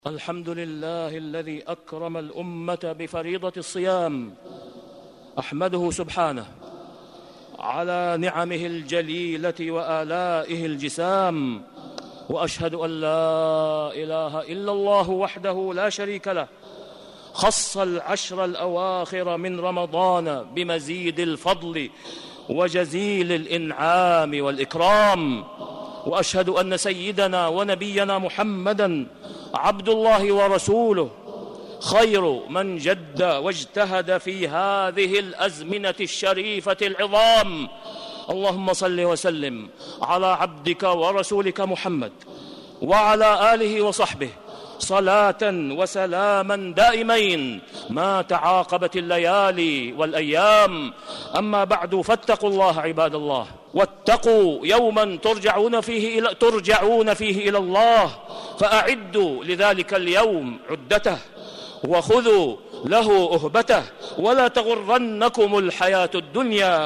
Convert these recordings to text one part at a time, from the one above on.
الحمد لله الذي أكرم الأمة بفريضة الصيام. أحمده سبحانه على نعمه الجليلة وآلائه الجسام، وأشهد أن لا إله إلا الله وحده لا شريك له، خص العشر الأواخر من رمضان بمزيد الفضل وجزيل الإنعام والإكرام. وأشهد أن سيدنا ونبينا محمدًا عبد الله ورسوله، خير من جد واجتهد في هذه الأزمنة الشريفة العظام. اللهم صل وسلم على عبدك ورسولك محمد وعلى آله وصحبه صلاة وسلاما دائمين ما تعاقبت الليالي والأيام. أما بعد، فاتقوا الله عباد الله، واتقوا يوما ترجعون فيه إلى الله، فأعدوا لذلك اليوم عدته وخذوا له أهبته، ولا تغرنكم الحياة الدنيا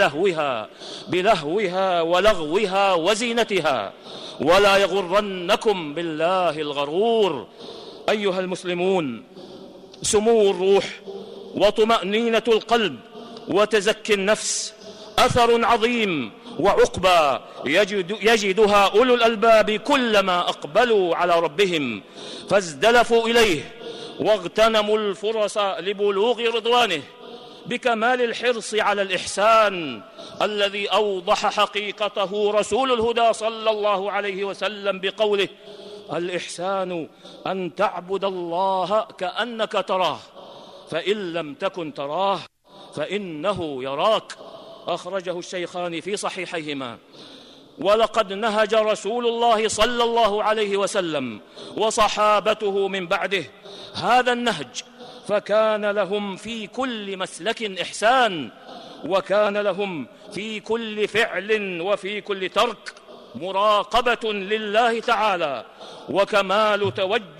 بلهوها ولغوها وزينتها، ولا يغرنكم بالله الغرور. أيها المسلمون، سمو الروح وطمأنينة القلب وتزكي النفس أثر عظيم وعقبى يجدها أولو الألباب كلما أقبلوا على ربهم فازدلفوا إليه واغتنموا الفرص لبلوغ رضوانه بكمال الحرص على الإحسان الذي أوضح حقيقته رسول الهدى صلى الله عليه وسلم بقوله: الإحسان أن تعبد الله كأنك تراه، فإن لم تكن تراه فإنه يراك. أخرجه الشيخان في صحيحيهما. ولقد نهج رسول الله صلى الله عليه وسلم وصحابته من بعده هذا النهج، فكان لهم في كل مسلك إحسان، وكان لهم في كل فعل وفي كل ترك مراقبة لله تعالى وكمال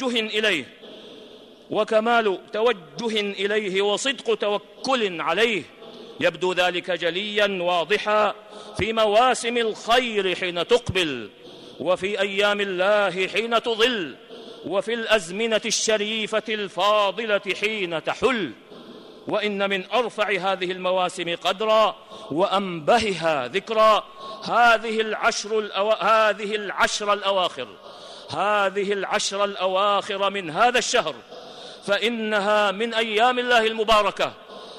توجه إليه وصدق توكل عليه. يبدو ذلك جليا واضحا في مواسم الخير حين تقبل، وفي أيام الله حين تضل، وفي الأزمنة الشريفة الفاضلة حين تحل. وإن من أرفع هذه المواسم قدرا وأنبهها ذكرا هذه العشر الأواخر من هذا الشهر، فإنها من أيام الله المباركة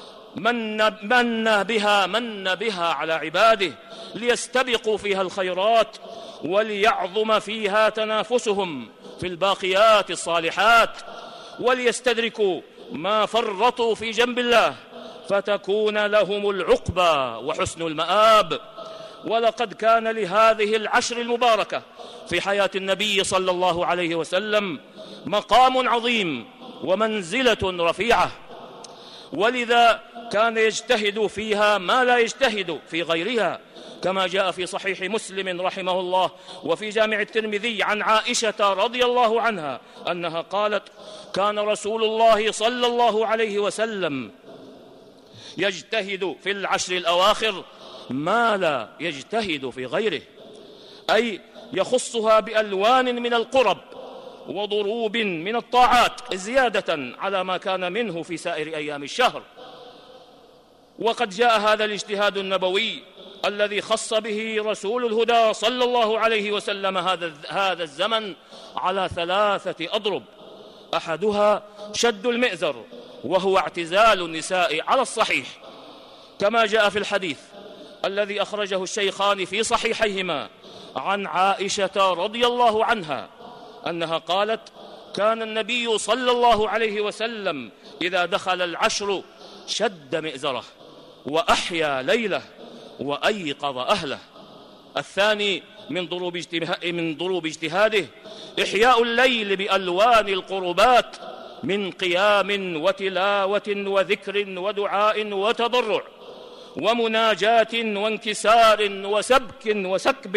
من بها على عباده ليستبقوا فيها الخيرات وليعظم فيها تنافسهم في الباقيات الصالحات، وليستدركوا ما فرطوا في جنب الله فتكون لهم العقبى وحسن المآب. ولقد كان لهذه العشر المباركة في حياة النبي صلى الله عليه وسلم مقام عظيم ومنزلة رفيعة، ولذا كان يجتهد فيها ما لا يجتهد في غيرها، كما جاء في صحيح مسلم رحمه الله وفي جامع الترمذي عن عائشة رضي الله عنها أنها قالت: كان رسول الله صلى الله عليه وسلم يجتهد في العشر الأواخر ما لا يجتهد في غيره، أي يخصها بألوان من القرب وضروب من الطاعات زيادة على ما كان منه في سائر أيام الشهر. وقد جاء هذا الاجتهاد النبوي الذي خص به رسول الهدى صلى الله عليه وسلم هذا الزمن على 3 أضرب. أحدها شد المئزر، وهو اعتزال النساء على الصحيح، كما جاء في الحديث الذي أخرجه الشيخان في صحيحيهما عن عائشة رضي الله عنها أنها قالت: كان النبي صلى الله عليه وسلم إذا دخل العشر شد مئزره وأحيا ليله وأيقظ أهله. الثاني من ضروب اجتهاده إحياء الليل بألوان القربات من قيام وتلاوة وذكر ودعاء وتضرع ومناجاة وانكسار وسكب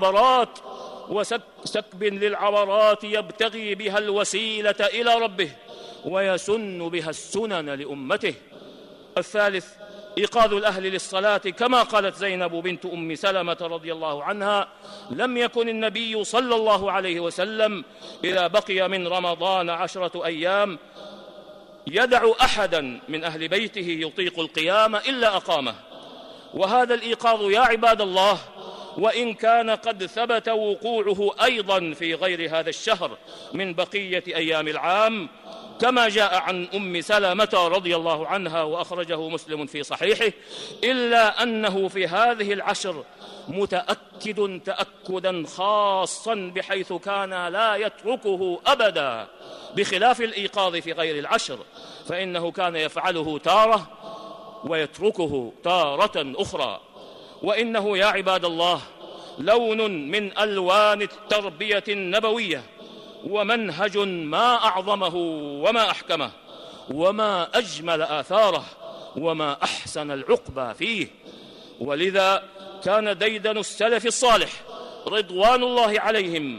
للعبرات يبتغي بها الوسيلة إلى ربه ويسن بها السنن لأمته. الثالث إيقاظ الأهل للصلاة كما قالت زينب بنت أم سلمة رضي الله عنها: لم يكن النبي صلى الله عليه وسلم إذا بقي من رمضان 10 أيام يدع أحدا من أهل بيته يطيق القيام إلا أقامه. وهذا الإيقاظ يا عباد الله وإن كان قد ثبت وقوعه أيضا في غير هذا الشهر من بقية أيام العام، كما جاء عن أم سلمة رضي الله عنها وأخرجه مسلم في صحيحه، إلا أنه في هذه العشر متأكد تأكدا خاصا بحيث كان لا يتركه أبدا، بخلاف الإيقاظ في غير العشر فإنه كان يفعله تارة ويتركه تارة أخرى. وإنه يا عباد الله لون من ألوان التربية النبوية، ومنهج ما أعظمه وما أحكمه وما أجمل آثاره وما أحسن العقبى فيه. ولذا كان ديدن السلف الصالح رضوان الله عليهم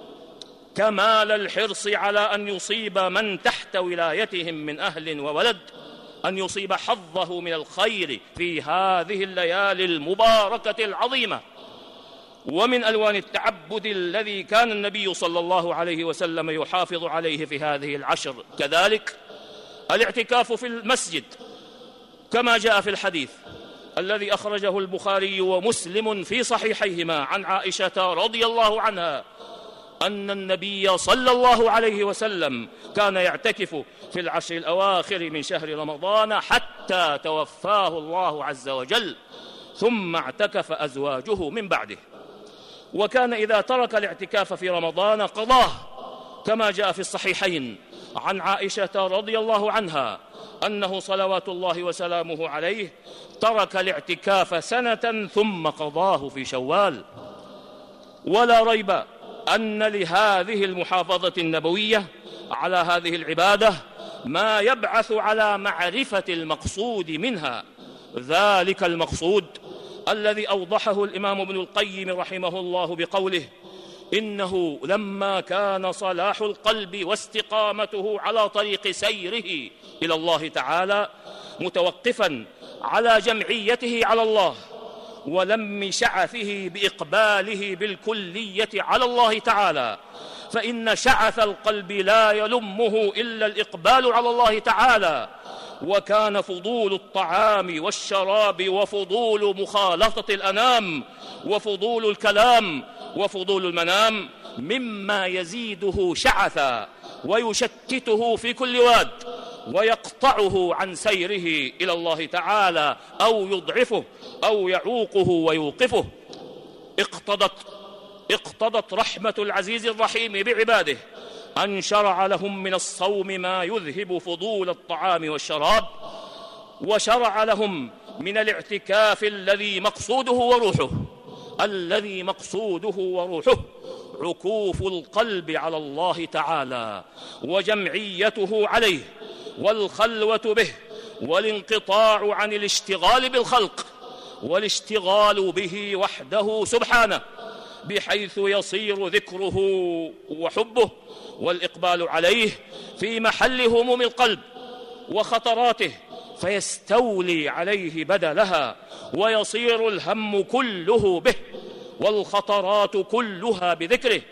كمال الحرص على أن يصيب من تحت ولايتهم من أهل وولد، أن يصيب حظه من الخير في هذه الليالي المباركة العظيمة. ومن ألوان التعبد الذي كان النبي صلى الله عليه وسلم يحافظ عليه في هذه العشر كذلك الاعتكاف في المسجد، كما جاء في الحديث الذي أخرجه البخاري ومسلم في صحيحيهما عن عائشة رضي الله عنها أن النبي صلى الله عليه وسلم كان يعتكف في العشر الأواخر من شهر رمضان حتى توفاه الله عز وجل، ثم اعتكف أزواجه من بعده. وكان إذا ترك الاعتكاف في رمضان قضاه، كما جاء في الصحيحين عن عائشة رضي الله عنها أنه صلوات الله وسلامه عليه ترك الاعتكاف سنة ثم قضاه في شوال. ولا ريب أن لهذه المحافظة النبوية على هذه العبادة ما يبعث على معرفة المقصود منها، ذلك المقصود الذي أوضحه الإمام ابن القيم رحمه الله بقوله: إنه لما كان صلاح القلب واستقامته على طريق سيره إلى الله تعالى متوقفا على جمعيته على الله ولم شعثه بإقباله بالكلية على الله تعالى، فإن شعث القلب لا يلمه إلا الإقبال على الله تعالى. وكان فضول الطعام والشراب وفضول مخالطة الأنام وفضول الكلام وفضول المنام مما يزيده شعثا ويشتته في كل واد ويقطعه عن سيره إلى الله تعالى أو يضعفه أو يعوقه ويوقفه. اقتضت رحمة العزيز الرحيم بعباده أن شرع لهم من الصوم ما يذهب فضول الطعام والشراب، وشرع لهم من الاعتكاف الذي مقصوده وروحه عكوف القلب على الله تعالى وجمعيته عليه والخلوة به والانقطاع عن الاشتغال بالخلق والاشتغال به وحده سبحانه، بحيث يصير ذكره وحبه والإقبال عليه في محل هموم القلب وخطراته، فيستولي عليه بدلها ويصير الهم كله به والخطرات كلها بذكره،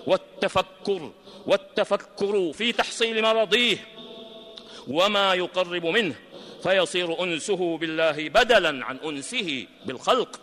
والتفكر في تحصيل مرضيه وما يقرب منه، فيصير أنسه بالله بدلا عن أنسه بالخلق،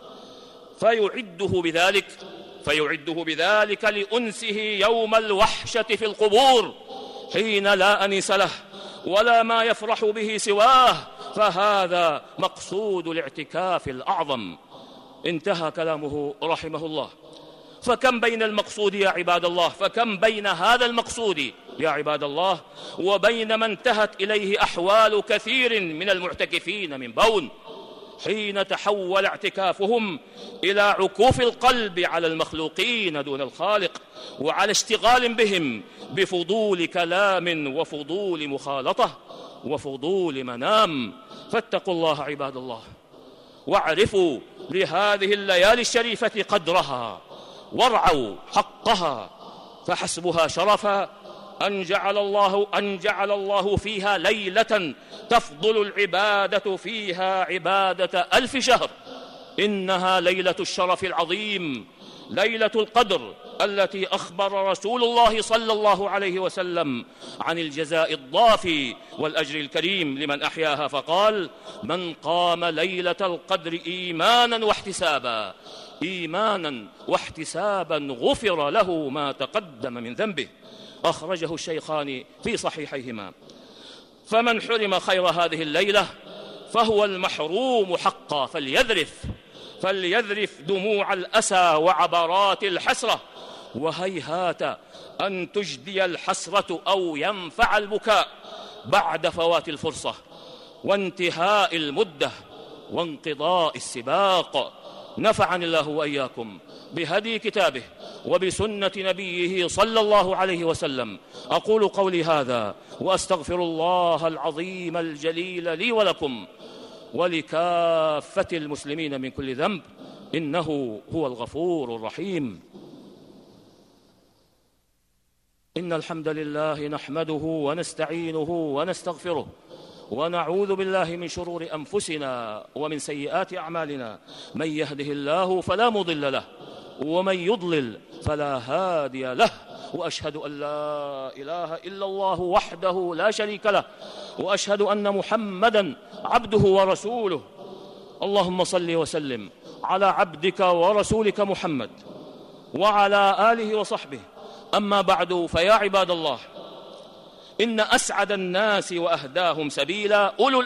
فيعده بذلك لأنسه يوم الوحشة في القبور حين لا أنيس له ولا ما يفرح به سواه، فهذا مقصود الاعتكاف الأعظم. انتهى كلامه رحمه الله. فكم بين المقصود يا عباد الله، فكم بين هذا المقصود يا عباد الله وبين ما انتهت إليه أحوال كثير من المعتكفين من بون، حين تحول اعتكافهم إلى عكوف القلب على المخلوقين دون الخالق، وعلى اشتغال بهم بفضول كلام وفضول مخالطة وفضول منام. فاتقوا الله عباد الله، واعرفوا لهذه الليالي الشريفة قدرها، وارعوا حقها، فحسبها شرفا أن جعل الله فيها ليلة تفضل العبادة فيها عبادة 1000 شهر. إنها ليلة الشرف العظيم، ليلة القدر التي أخبر رسول الله صلى الله عليه وسلم عن الجزاء الضافي والأجر الكريم لمن أحياها، فقال: من قام ليلة القدر إيمانا واحتسابا غفر له ما تقدم من ذنبه. أخرجه الشيخان في صحيحيهما. فمن حرم خير هذه الليلة فهو المحروم حقا، فليذرف دموع الأسى وعبرات الحسرة، وهيهات أن تجدي الحسرة أو ينفع البكاء بعد فوات الفرصة وانتهاء المدة وانقضاء السباق. نفعني الله وإياكم بهدي كتابه وبسنة نبيه صلى الله عليه وسلم. أقول قولي هذا وأستغفر الله العظيم الجليل لي ولكم ولكافة المسلمين من كل ذنب، إنه هو الغفور الرحيم. إن الحمد لله نحمده ونستعينه ونستغفره ونعوذ بالله من شرور أنفسنا ومن سيئات أعمالنا. من يهده الله فلا مضل له ومن يضلل فلا هادي له، وأشهد أن لا إله إلا الله وحده لا شريك له، وأشهد أن محمدًا عبده ورسوله. اللهم صل وسلم على عبدك ورسولك محمد وعلى آله وصحبه. أما بعد، فيا عباد الله، إن أسعد الناس وأهداهم سبيلا أولو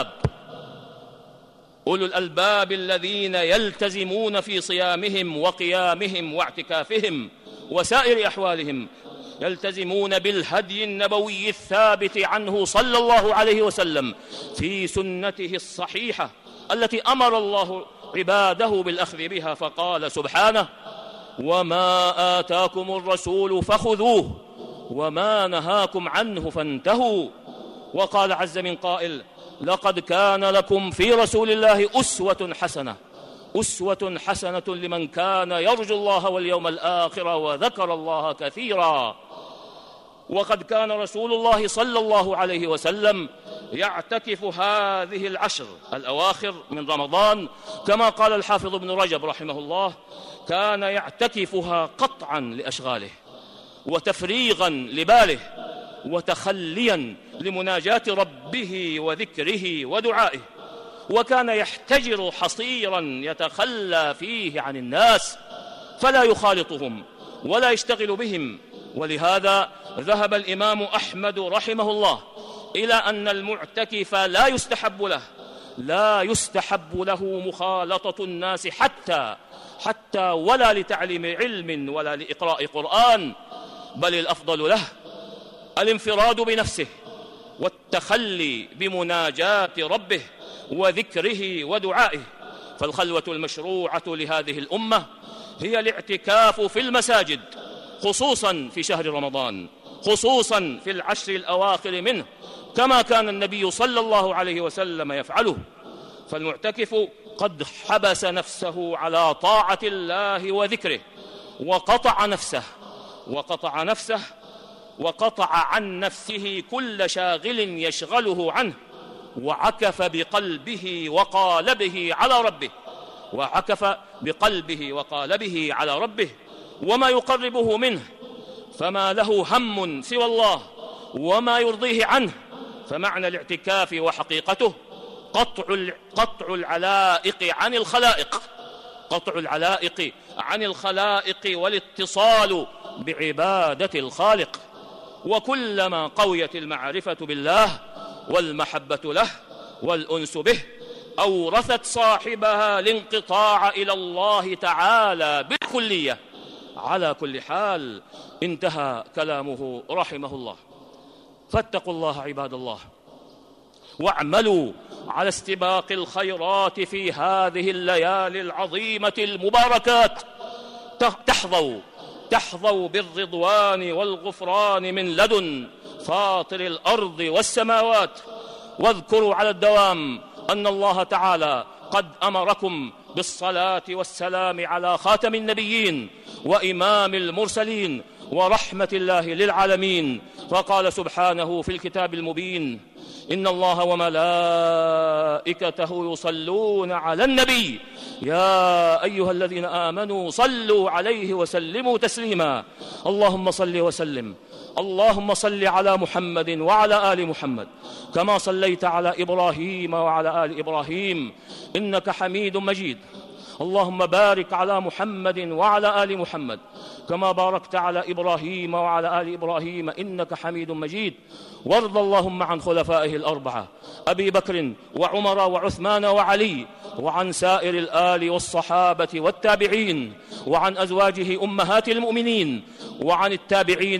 الألباب الذين يلتزمون في صيامهم وقيامهم واعتكافهم وسائر أحوالهم، يلتزمون بالهدي النبوي الثابت عنه صلى الله عليه وسلم في سنته الصحيحة التي أمر الله عباده بالأخذ بها، فقال سبحانه: وما آتاكم الرسول فخذوه وما نهاكم عنه فانتهوا. وقال عز من قائل: لقد كان لكم في رسول الله أسوة حسنة لمن كان يرجو الله واليوم الآخر وذكر الله كثيرا. وقد كان رسول الله صلى الله عليه وسلم يعتكف هذه العشر الأواخر من رمضان، كما قال الحافظ ابن رجب رحمه الله: كان يعتكفها قطعا لأشغاله وتفريغا لباله وتخليا لمناجاة ربه وذكره ودعائه، وكان يحتجر حصيرا يتخلى فيه عن الناس فلا يخالطهم ولا يشتغل بهم. ولهذا ذهب الإمام أحمد رحمه الله إلى أن المعتكف لا يستحب له مخالطة الناس حتى ولا لتعليم علم ولا لإقراء قرآن، بل الأفضل له الانفراد بنفسه والتخلي بمناجاة ربه وذكره ودعائه. فالخلوة المشروعة لهذه الأمة هي الاعتكاف في المساجد، خصوصا في شهر رمضان، خصوصا في العشر الأواخر منه، كما كان النبي صلى الله عليه وسلم يفعله. فالمعتكف قد حبس نفسه على طاعة الله وذكره، وقطع عن نفسه كل شاغل يشغله عنه، وعكف بقلبه وقالبه على ربه وما يقربه منه، فما له هم سوى الله وما يرضيه عنه. فمعنى الاعتكاف وحقيقته قطع العلائق عن الخلائق والاتصال بعبادة الخالق. وكلما قويت المعرفة بالله والمحبة له والأنس به أورثت صاحبها الانقطاع إلى الله تعالى بالكلية على كل حال. انتهى كلامه رحمه الله. فاتقوا الله عباد الله، واعملوا على استباق الخيرات في هذه الليالي العظيمة المباركات، تحظوا بالرضوان والغفران من لدن فاطر الأرض والسماوات. واذكروا على الدوام أن الله تعالى قد أمركم بالصلاة والسلام على خاتم النبيين وإمام المرسلين ورحمة الله للعالمين. فقال سبحانه في الكتاب المبين: إن الله وملائكته يصلون على النبي يا أيها الذين آمنوا صلوا عليه وسلموا تسليما. اللهم صل وسلم، اللهم صل على محمد وعلى آل محمد كما صليت على إبراهيم وعلى آل إبراهيم إنك حميد مجيد. اللهم بارك على محمد وعلى آل محمد كما باركت على إبراهيم وعلى آل إبراهيم إنك حميد مجيد. وارض اللهم عن خلفائه الأربعة أبي بكر وعمر وعثمان وعلي، وعن سائر الآل والصحابة والتابعين، وعن أزواجه أمهات المؤمنين، وعن التابعين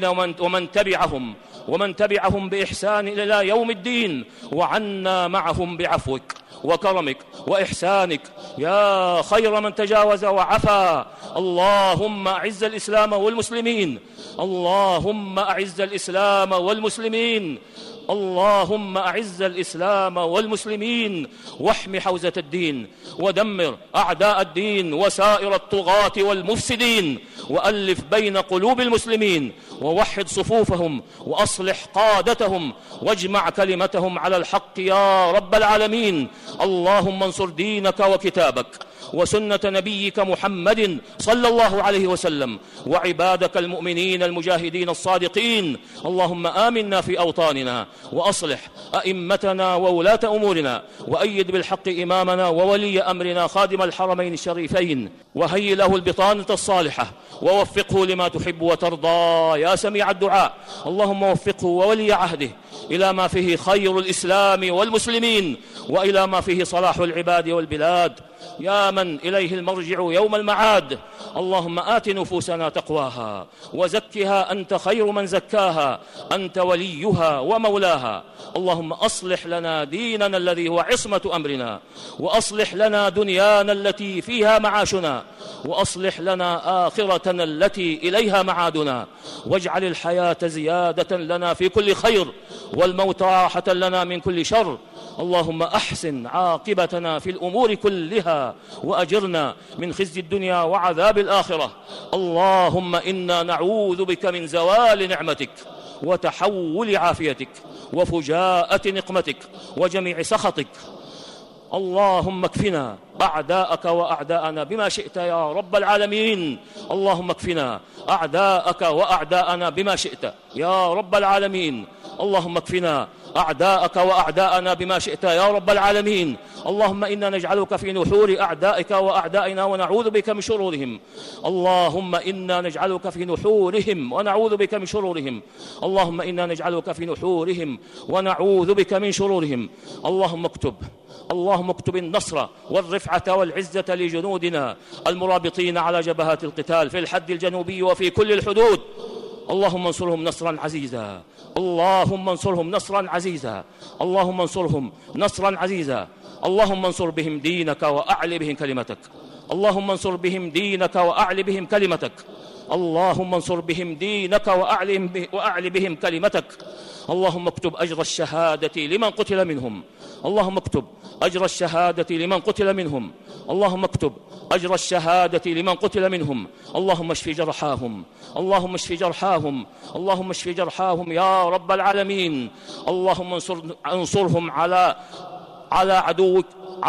ومن تبعهم بإحسان إلى يوم الدين، وعنا معهم بعفوك وكرمك وإحسانك يا خير من تجاوز وعفا. اللهم أعز الإسلام والمسلمين، اللهم أعز الإسلام والمسلمين، اللهم أعز الإسلام والمسلمين، واحم حوزة الدين، ودمر أعداء الدين وسائر الطغاة والمفسدين، وألف بين قلوب المسلمين، ووحد صفوفهم، وأصلح قادتهم، واجمع كلمتهم على الحق يا رب العالمين. اللهم انصر دينك وكتابك وسنة نبيك محمد صلى الله عليه وسلم، وعبادك المؤمنين المجاهدين الصادقين. اللهم آمنا في أوطاننا، وأصلح أئمتنا وولاة أمورنا، وأيد بالحق إمامنا وولي أمرنا خادم الحرمين الشريفين، وهيئ له البطانة الصالحة، ووفقه لما تحب وترضى يا سميع الدعاء. اللهم وفقه وولي عهده إلى ما فيه خير الإسلام والمسلمين، وإلى ما فيه صلاح العباد والبلاد، يا من إليه المرجع يوم المعاد. اللهم آت نفوسنا تقواها وزكها أنت خير من زكاها، أنت وليها ومولاها. اللهم أصلح لنا ديننا الذي هو عصمة أمرنا، وأصلح لنا دنيانا التي فيها معاشنا، وأصلح لنا آخرتنا التي إليها معادنا، واجعل الحياة زيادة لنا في كل خير، والموت راحة لنا من كل شر. اللهم أحسن عاقبتنا في الأمور كلها، وأجرنا من خزي الدنيا وعذاب الآخرة. اللهم إنا نعوذ بك من زوال نعمتك، وتحول عافيتك، وفجاءة نقمتك، وجميع سخطك. اللهم اكفنا أعداءك وأعداءنا بما شئت يا رب العالمين. اللهم اكفنا أعداءك وأعداءنا بما شئت يا رب العالمين. اللهم اكفنا أعداءك وأعداءنا بما شئت يا رب العالمين. اللهم إنا نجعلك في نحور أعدائك وأعدائنا ونعوذ بك من شرورهم. اللهم إنا نجعلك في نحورهم ونعوذ بك من شرورهم. اللهم إنا نجعلك في نحورهم ونعوذ بك من شرورهم. اللهم اكتب النصر والرفعة والعزة لجنودنا المرابطين على جبهات القتال في الحد الجنوبي وفي كل الحدود. اللهم انصرهم نصرا عزيزا، اللهم انصرهم نصرا عزيزا، اللهم انصرهم نصرا عزيزا. اللهم انصر بهم دينك وأعل بهم كلمتك، اللهم انصر بهم دينك وأعل بهم كلمتك، اللهم انصر بهم دينك وأعل بهم كلمتك. اللهم اكتب أجر الشهادة لمن قتل منهم، اللهم اكتب أجر الشهادة لمن قتل منهم، اللهم اكتب أجر الشهادة لمن قتل منهم. اللهم اشف جرحاهم، اللهم اشف جرحاهم، اللهم اشف جرحاهم يا رب العالمين. اللهم انصرهم على عدوك،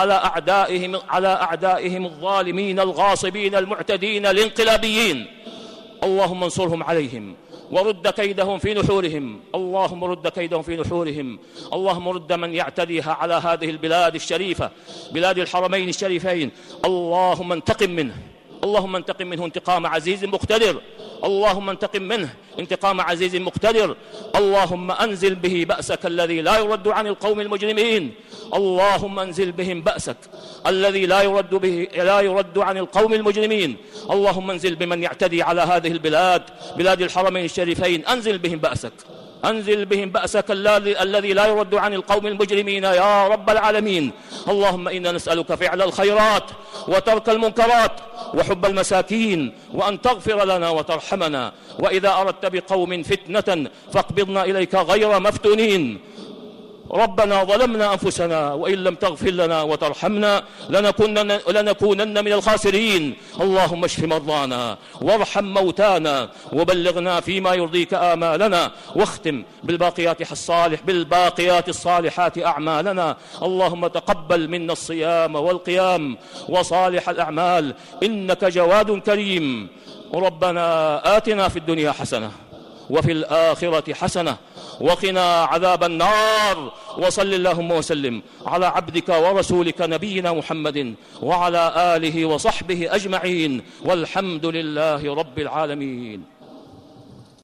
على أعدائهم الظالمين الغاصبين المعتدين الانقلابيين. اللهم انصرهم عليهم ورد كيدهم في نحورهم، اللهم رد كيدهم في نحورهم. اللهم رد من يعتديها على هذه البلاد الشريفة، بلاد الحرمين الشريفين. اللهم انتقم منه، اللهم انتقم منه انتقام عزيز مقتدر، اللهم انتقم منه انتقام عزيز مقتدر. اللهم أنزل به بأسك الذي لا يرد عن القوم المجرمين، اللهم أنزل بهم بأسك الذي لا يرد عن القوم المجرمين. اللهم انزل بمن يعتدي على هذه البلاد، بلاد الحرمين الشريفين، أنزل بهم بأسك، أنزل بهم بأسك الذي لا يرد عن القوم المجرمين يا رب العالمين. اللهم إنا نسألك فعل الخيرات وترك المنكرات وحب المساكين، وأن تغفر لنا وترحمنا، وإذا أردت بقوم فتنة فاقبضنا إليك غير مفتونين. ربنا ظلمنا أنفسنا وإن لم تغفر لنا وترحمنا لنكونن من الخاسرين. اللهم اشف مرضانا وارحم موتانا وبلغنا فيما يرضيك آمالنا، واختم بالباقيات الصالحات أعمالنا. اللهم تقبل منا الصيام والقيام وصالح الأعمال إنك جواد كريم. ربنا آتنا في الدنيا حسنة وفي الآخرة حسنة وقنا عذاب النار. وصل اللهم وسلم على عبدك ورسولك نبينا محمد وعلى آله وصحبه أجمعين، والحمد لله رب العالمين.